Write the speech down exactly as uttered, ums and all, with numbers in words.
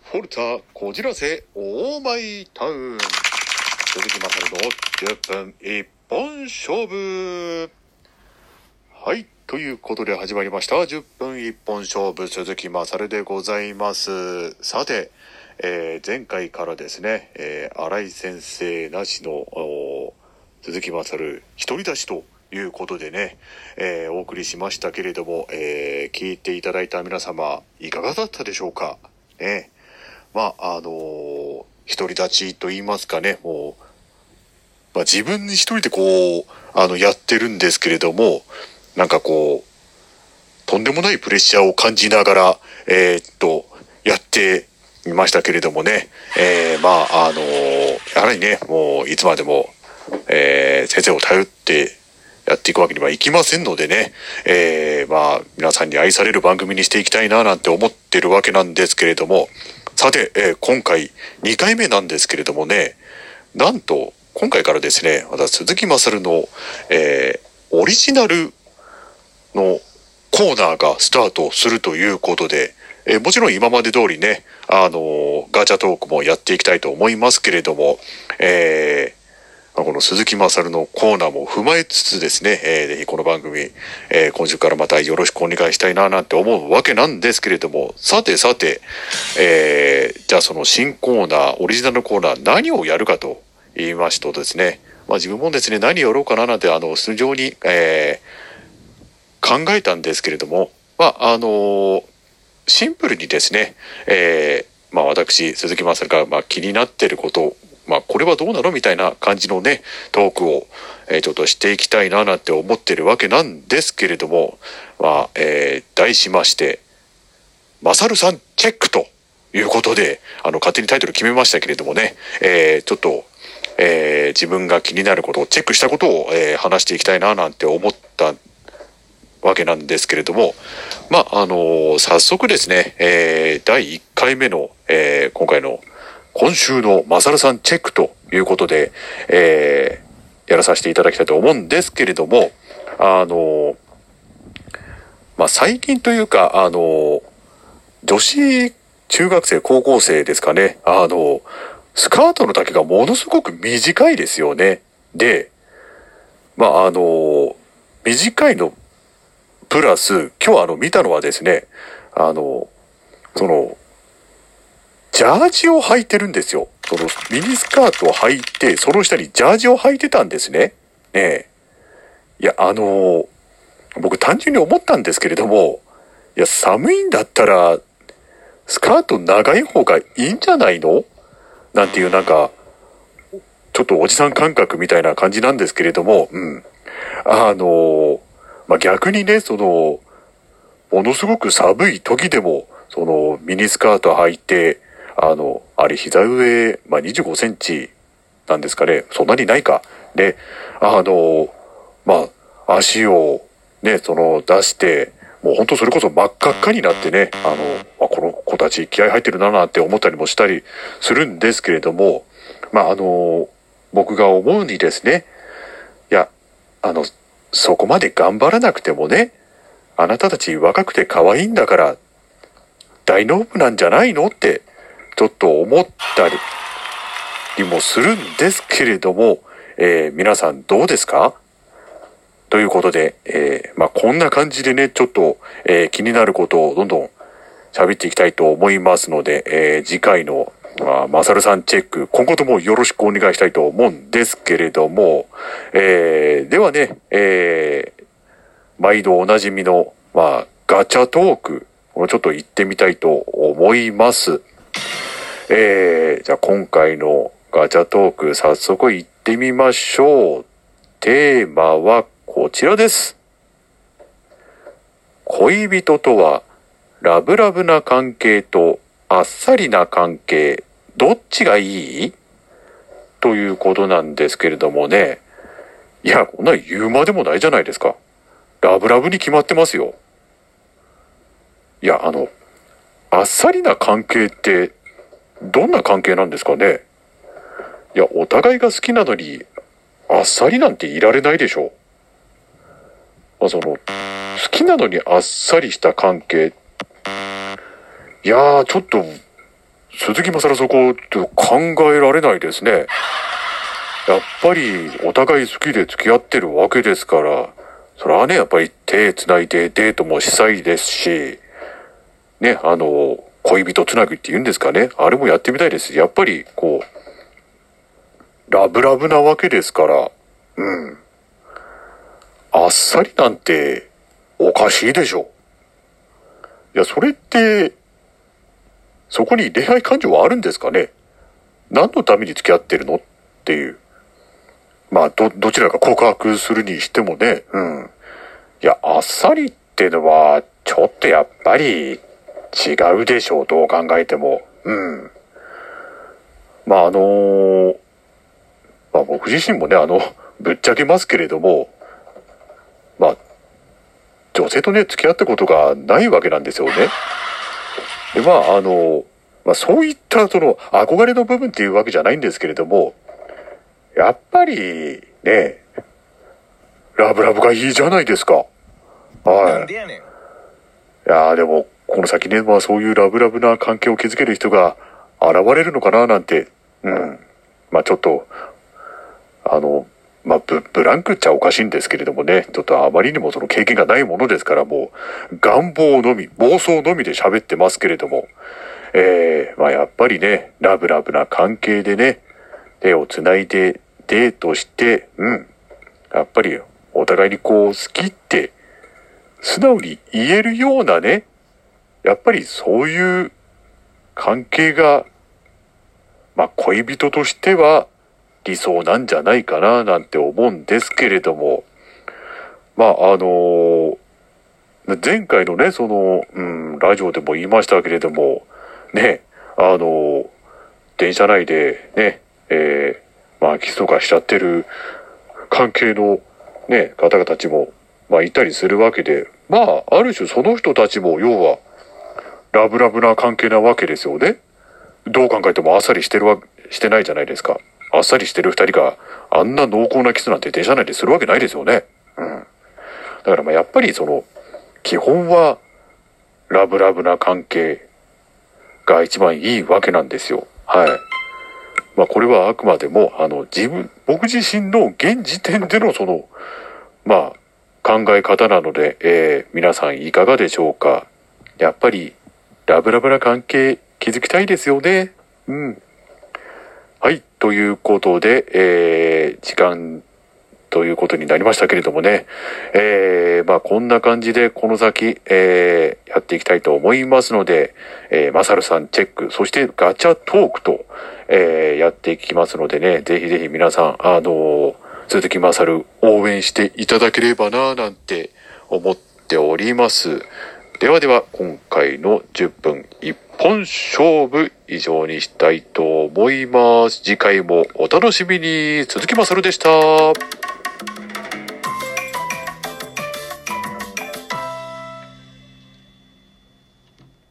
フォルツァこじらせオーマイタウン、鈴木まさるのじゅっぷん一本勝負。はい、ということで始まりましたじゅっぷん一本勝負、鈴木まさるでございます。さて、えー、前回からですね、えー、新井先生なしの鈴木まさる独り出しということでね、えー、お送りしましたけれども、えー、聞いていただいた皆様いかがだったでしょうかね。まああのー、独り立ちと言いますかね、もう、まあ、自分一人でこうあのやってるんですけれども、なんかこうとんでもないプレッシャーを感じながらえー、っとやってみましたけれどもね、えー、まああのー、やはりね、もういつまでも、えー、先生を頼ってやっていくわけにはいきませんのでね、えー、まあ皆さんに愛される番組にしていきたいななんて思ってるわけなんですけれども、さて、えー、今回にかいめなんですけれどもね、なんと今回からですね、私鈴木まさるの、えー、オリジナルのコーナーがスタートするということで、えー、もちろん今まで通りね、あのー、ガチャトークもやっていきたいと思いますけれども、えーこの鈴木まさるのコーナーも踏まえつつですね、えー、ぜひこの番組、えー、今週からまたよろしくお願いしたいななんて思うわけなんですけれども、さてさて、えー、じゃあその新コーナー、オリジナルコーナー何をやるかと言いますとですね、まあ自分もですね、何やろうかななんてあの非常に、えー、考えたんですけれども、まああのー、シンプルにですね、えー、まあ私鈴木まさるがまあ気になっていることまあこれはどうなのみたいな感じのねトークを、えー、ちょっとしていきたいななんて思ってるわけなんですけれども、まあ、えー、題しましてまさるさんチェックということで、あの勝手にタイトル決めましたけれどもね、えー、ちょっと、えー、自分が気になることをチェックしたことを、えー、話していきたいななんて思ったわけなんですけれども、まああのー、早速ですね、えー、だいいっかいめの、えー、今回の今週のまさるさんチェックということで、えー、やらさせていただきたいと思うんですけれども、あの、まあ、最近というか、あの、女子中学生、高校生ですかね、あの、スカートの丈がものすごく短いですよね。で、まあ、あの、短いのプラス、今日あの見たのはですね、あの、その、ジャージを履いてるんですよ。そのミニスカートを履いて、その下にジャージを履いてたんですね。ねえ。いや、あのー、僕単純に思ったんですけれども、いや、寒いんだったら、スカート長い方がいいんじゃないのなんていうなんか、ちょっとおじさん感覚みたいな感じなんですけれども、うん。あのー、まあ、逆にね、その、ものすごく寒い時でも、そのミニスカート履いて、あの、あれ膝上、まあ、にじゅうごセンチなんですかね。そんなにないか。で、あの、まあ、足をね、その出して、もう本当それこそ真っ赤っかになってね、あの、まあ、この子たち気合入ってるななんて思ったりもしたりするんですけれども、まあ、あの、僕が思うにですね、いや、あの、そこまで頑張らなくてもね、あなたたち若くて可愛いんだから大丈夫なんじゃないのってちょっと思ったりもするんですけれども、えー、皆さんどうですかということで、えー、まあこんな感じでねちょっと、えー、気になることをどんどん喋っていきたいと思いますので、えー、次回のまあ、まさるさんチェック今後ともよろしくお願いしたいと思うんですけれども、えー、ではね、えー、毎度おなじみのまあガチャトークをちょっと行ってみたいと思います。えー、じゃあ今回のガチャトーク早速行ってみましょう。テーマはこちらです。恋人とはラブラブな関係とあっさりな関係どっちがいいということなんですけれどもね。いや、こんな言うまでもないじゃないですか。ラブラブに決まってますよ。いや、あの、あっさりな関係ってどんな関係なんですかね。いや、お互いが好きなのにあっさりなんていられないでしょ。まあ、その好きなのにあっさりした関係、いやーちょっと鈴木まさるそこって考えられないですね。やっぱりお互い好きで付き合ってるわけですから、それはね、やっぱり手繋いでデートもしたいですし、ね、あの、恋人つなぎって言うんですかね。あれもやってみたいです。やっぱり、こう、ラブラブなわけですから、うん。あっさりなんて、おかしいでしょ。いや、それって、そこに恋愛感情はあるんですかね。何のために付き合ってるのっていう。まあ、ど、どちらか告白するにしてもね、うん。いや、あっさりってのは、ちょっとやっぱり違うでしょう、どう考えても。うん。まあ、あのー、まあ僕自身もね、あの、ぶっちゃけますけれども、まあ、女性とね、付き合ったことがないわけなんですよね。で、まあ、あの、まあそういったその憧れの部分っていうわけじゃないんですけれども、やっぱりね、ラブラブがいいじゃないですか。はい。いやーでも、この先ね、まあそういうラブラブな関係を築ける人が現れるのかななんて、うん。まあちょっと、あの、まあブ、ブランクっちゃおかしいんですけれどもね、ちょっとあまりにもその経験がないものですから、もう、願望のみ、妄想のみで喋ってますけれども、えー、まあやっぱりね、ラブラブな関係でね、手をつないでデートして、うん。やっぱりお互いにこう好きって素直に言えるようなね、やっぱりそういう関係が、まあ恋人としては理想なんじゃないかななんて思うんですけれども、まああの前回のね、その、うん、ラジオでも言いましたけれども、ね、あの電車内でね、えー、まあキスとかしちゃってる関係のね、方々たちも、まあいたりするわけで、まあある種その人たちも要は、ラブラブな関係なわけですよね。どう考えてもあっさりしてるわ、してないじゃないですか。あっさりしてる二人があんな濃厚なキスなんて電車内でするわけないですよね。うん。だからまあやっぱりその、基本はラブラブな関係が一番いいわけなんですよ。はい。まあこれはあくまでも、あの自分、僕自身の現時点でのその、まあ考え方なので、えー、皆さんいかがでしょうか。やっぱりラブラブな関係築きたいですよね。うん。はい。ということで、えー、時間ということになりましたけれどもね。えー、まあこんな感じでこの先、えー、やっていきたいと思いますので、えー、マサルさんチェック、そしてガチャトークと、えー、やっていきますのでね、ぜひぜひ皆さん、あのー、鈴木マサル応援していただければな、なんて思っております。ではでは、今回のじゅっぷん一本勝負以上にしたいと思います。次回もお楽しみに。鈴木まさるでした。